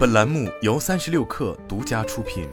本栏目由36氪独家出品。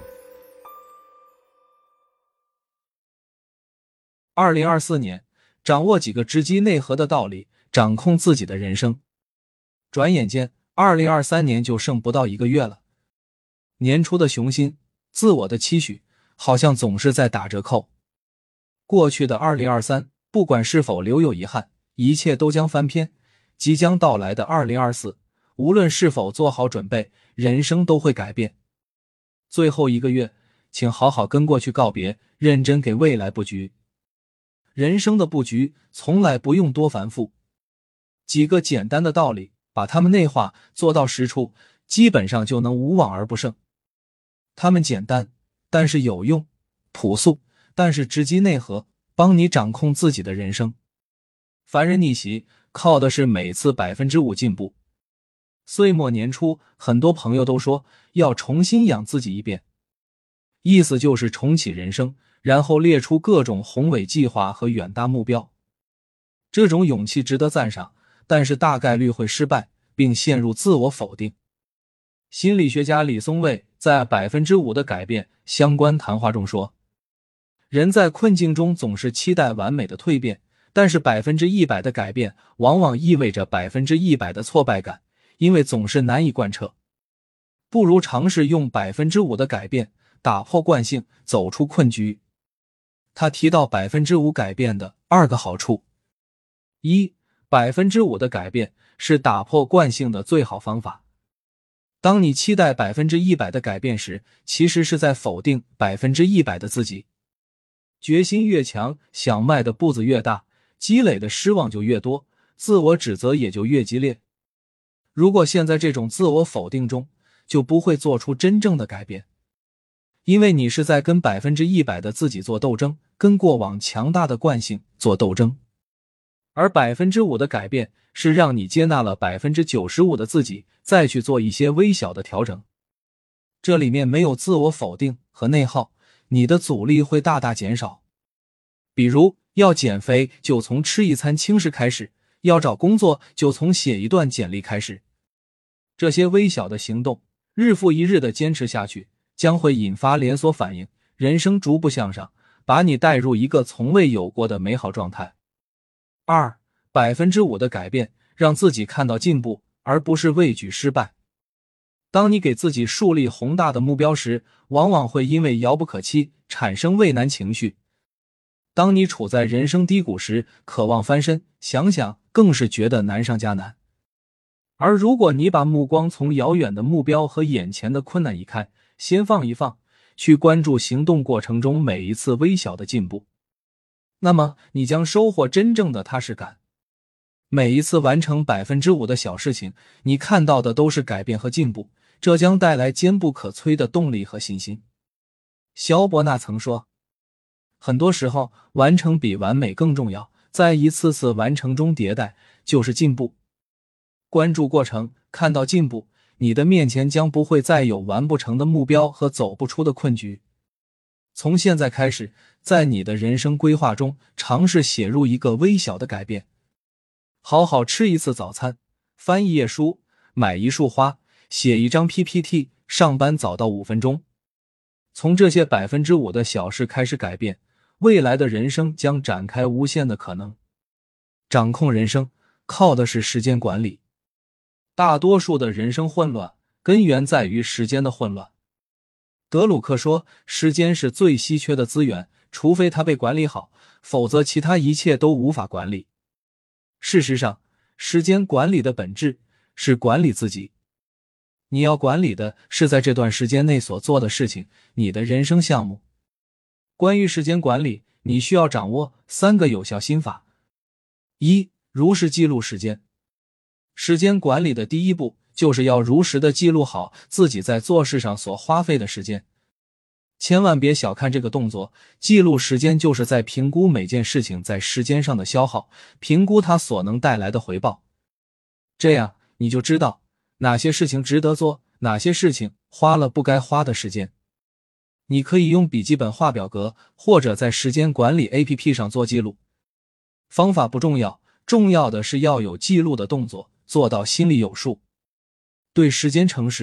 2024年，掌握几个直击内核的道理，掌控自己的人生。转眼间，2023年就剩不到1个月了。年初的雄心，自我的期许，好像总是在打折扣。过去的2023，不管是否留有遗憾，一切都将翻篇。即将到来的2024，无论是否做好准备，人生都会改变。最后1个月，请好好跟过去告别，认真给未来布局。人生的布局从来不用多繁复，几个简单的道理，把它们内化做到实处，基本上就能无往而不胜。它们简单，但是有用；朴素，但是直击内核，帮你掌控自己的人生。凡人逆袭，靠的是每次5%进步。岁末年初，很多朋友都说要重新养自己一遍，意思就是重启人生，然后列出各种宏伟计划和远大目标。这种勇气值得赞赏，但是大概率会失败，并陷入自我否定。心理学家李松蔚在5%的改变相关谈话中说，人在困境中总是期待完美的蜕变，但是100%的改变往往意味着100%的挫败感，因为总是难以贯彻。不如尝试用5%的改变打破惯性，走出困局。他提到5%改变的2个好处。1%的改变是打破惯性的最好方法。当你期待100%的改变时，其实是在否定100%的自己。决心越强，想迈的步子越大，积累的失望就越多，自我指责也就越激烈。如果陷在这种自我否定中，就不会做出真正的改变。因为你是在跟100%的自己做斗争，跟过往强大的惯性做斗争。而5%的改变是让你接纳了95%的自己，再去做一些微小的调整。这里面没有自我否定和内耗，你的阻力会大大减少。比如要减肥就从吃一餐轻食开始，要找工作就从写一段简历开始。这些微小的行动，日复一日的坚持下去，将会引发连锁反应，人生逐步向上，把你带入一个从未有过的美好状态。5%的改变，让自己看到进步，而不是畏惧失败。当你给自己树立宏大的目标时，往往会因为遥不可期，产生畏难情绪。当你处在人生低谷时，渴望翻身，想想更是觉得难上加难。而如果你把目光从遥远的目标和眼前的困难移开，先放一放，去关注行动过程中每一次微小的进步，那么你将收获真正的踏实感。每一次完成5%的小事情，你看到的都是改变和进步，这将带来坚不可摧的动力和信心。萧伯纳曾说，很多时候完成比完美更重要，在一次次完成中迭代就是进步。关注过程，看到进步，你的面前将不会再有完不成的目标和走不出的困局。从现在开始，在你的人生规划中，尝试写入一个微小的改变。好好吃一次早餐，翻一页书，买一束花，写一张 PPT， 上班早到5分钟。从这些5%的小事开始改变，未来的人生将展开无限的可能。掌控人生，靠的是时间管理。大多数的人生混乱，根源在于时间的混乱。德鲁克说，时间是最稀缺的资源，除非它被管理好，否则其他一切都无法管理。事实上，时间管理的本质是管理自己。你要管理的是在这段时间内所做的事情，你的人生项目。关于时间管理，你需要掌握3个有效心法。1. 如实记录时间。时间管理的第一步就是要如实的记录好自己在做事上所花费的时间。千万别小看这个动作，记录时间就是在评估每件事情在时间上的消耗，评估它所能带来的回报。这样你就知道哪些事情值得做，哪些事情花了不该花的时间。你可以用笔记本画表格，或者在时间管理 APP 上做记录。方法不重要，重要的是要有记录的动作，做到心里有数。对时间诚实，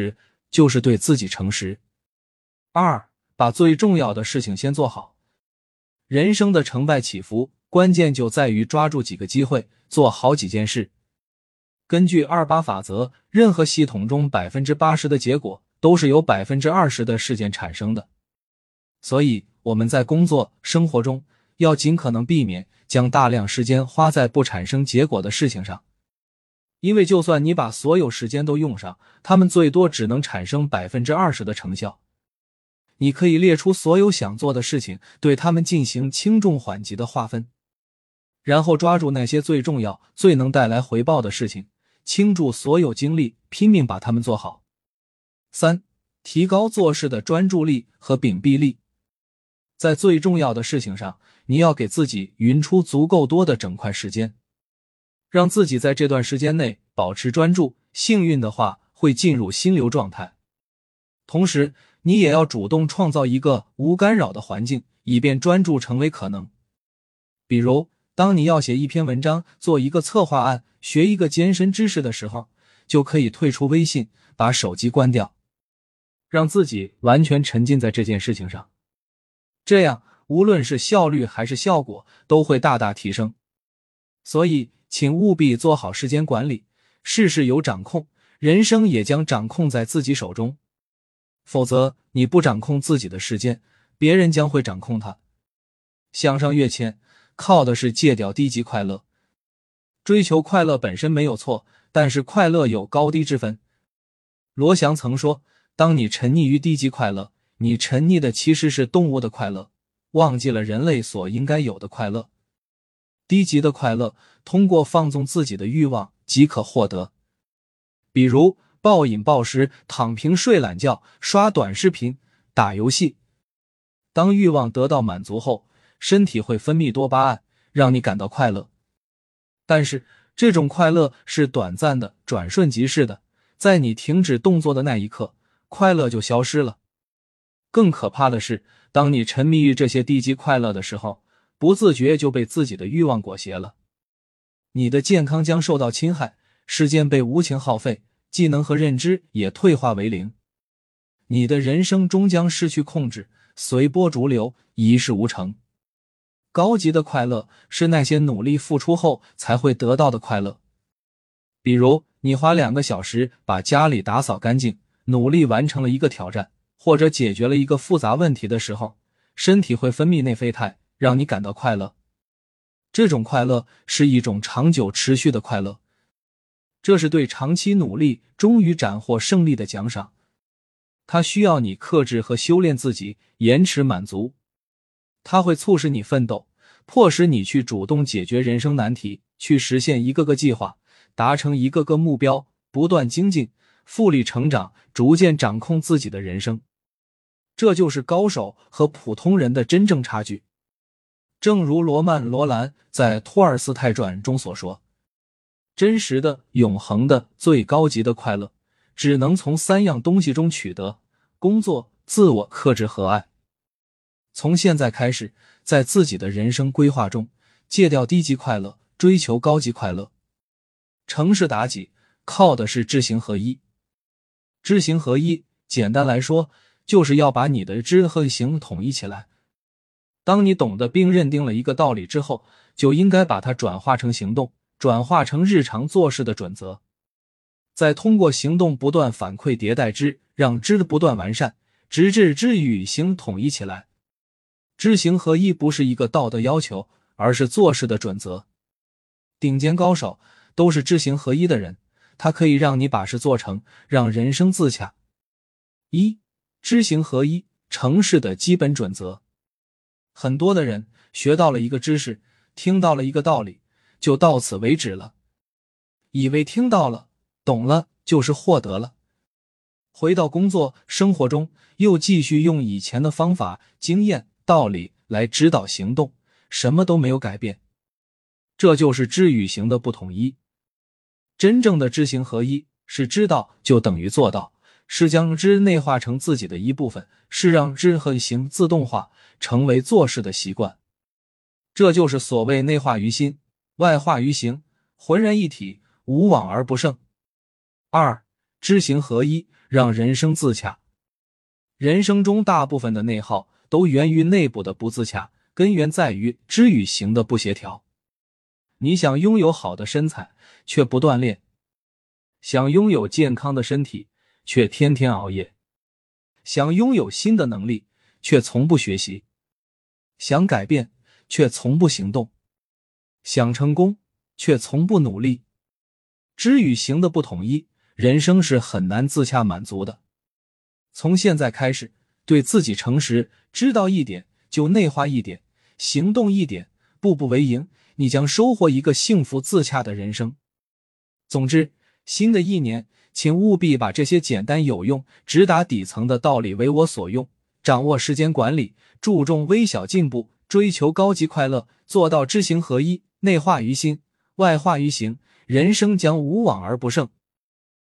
就是对自己诚实。二，把最重要的事情先做好。人生的成败起伏，关键就在于抓住几个机会，做好几件事。根据28法则，任何系统中 80% 的结果都是由 20% 的事件产生的。所以我们在工作、生活中要尽可能避免将大量时间花在不产生结果的事情上。因为就算你把所有时间都用上，它们最多只能产生 20% 的成效。你可以列出所有想做的事情，对它们进行轻重缓急的划分，然后抓住那些最重要、最能带来回报的事情，倾注所有精力，拼命把它们做好。三，提高做事的专注力和屏蔽力。在最重要的事情上，你要给自己匀出足够多的整块时间，让自己在这段时间内保持专注，幸运的话会进入心流状态。同时，你也要主动创造一个无干扰的环境，以便专注成为可能。比如，当你要写一篇文章、做一个策划案、学一个艰深知识的时候，就可以退出微信，把手机关掉，让自己完全沉浸在这件事情上。这样，无论是效率还是效果，都会大大提升。所以，请务必做好时间管理，事事有掌控，人生也将掌控在自己手中。否则，你不掌控自己的时间，别人将会掌控它。向上跃迁，靠的是戒掉低级快乐。追求快乐本身没有错，但是快乐有高低之分。罗翔曾说，当你沉溺于低级快乐，你沉溺的其实是动物的快乐，忘记了人类所应该有的快乐。低级的快乐，通过放纵自己的欲望即可获得。比如暴饮暴食、躺平睡懒觉、刷短视频、打游戏。当欲望得到满足后，身体会分泌多巴胺，让你感到快乐。但是这种快乐是短暂的，转瞬即逝的，在你停止动作的那一刻，快乐就消失了。更可怕的是，当你沉迷于这些低级快乐的时候，不自觉就被自己的欲望裹挟了。你的健康将受到侵害，时间被无情耗费，技能和认知也退化为零。你的人生终将失去控制，随波逐流，一事无成。高级的快乐是那些努力付出后才会得到的快乐。比如，你花2个小时把家里打扫干净，努力完成了一个挑战，或者解决了一个复杂问题的时候，身体会分泌内啡肽，让你感到快乐。这种快乐是一种长久持续的快乐，这是对长期努力终于斩获胜利的奖赏。它需要你克制和修炼自己，延迟满足。它会促使你奋斗，迫使你去主动解决人生难题，去实现一个个计划，达成一个个目标，不断精进，复利成长，逐渐掌控自己的人生。这就是高手和普通人的真正差距。正如罗曼·罗兰在《托尔斯泰传》中所说，真实的、永恒的、最高级的快乐，只能从3样东西中取得：工作、自我克制和爱。从现在开始，在自己的人生规划中，戒掉低级快乐，追求高级快乐。成事达己，靠的是知行合一。知行合一，简单来说，就是要把你的知和行统一起来。当你懂得并认定了一个道理之后，就应该把它转化成行动，转化成日常做事的准则。再通过行动不断反馈迭代知，让知的不断完善，直至知与行统一起来。知行合一不是一个道德要求，而是做事的准则。顶尖高手都是知行合一的人，他可以让你把事做成，让人生自洽。1. 知行合一，成事的基本准则。很多的人学到了一个知识，听到了一个道理，就到此为止了，以为听到了、懂了就是获得了。回到工作、生活中，又继续用以前的方法、经验、道理来指导行动，什么都没有改变。这就是知与行的不统一。真正的知行合一，是知道就等于做到，是将知内化成自己的一部分，是让知和行自动化，成为做事的习惯。这就是所谓内化于心，外化于行，浑然一体，无往而不胜。2. 知行合一， 让人生自洽。人生中大部分的内耗都源于内部的不自洽，根源在于知与行的不协调。你想拥有好的身材，却不锻炼；想拥有健康的身体，却天天熬夜；想拥有新的能力，却从不学习；想改变，却从不行动；想成功，却从不努力。知与行的不统一，人生是很难自洽满足的。从现在开始，对自己诚实，知道一点就内化一点，行动一点，步步为营，你将收获一个幸福自洽的人生。总之，新的一年，请务必把这些简单有用、直达底层的道理为我所用，掌握时间管理，注重微小进步，追求高级快乐，做到知行合一，内化于心，外化于行，人生将无往而不胜。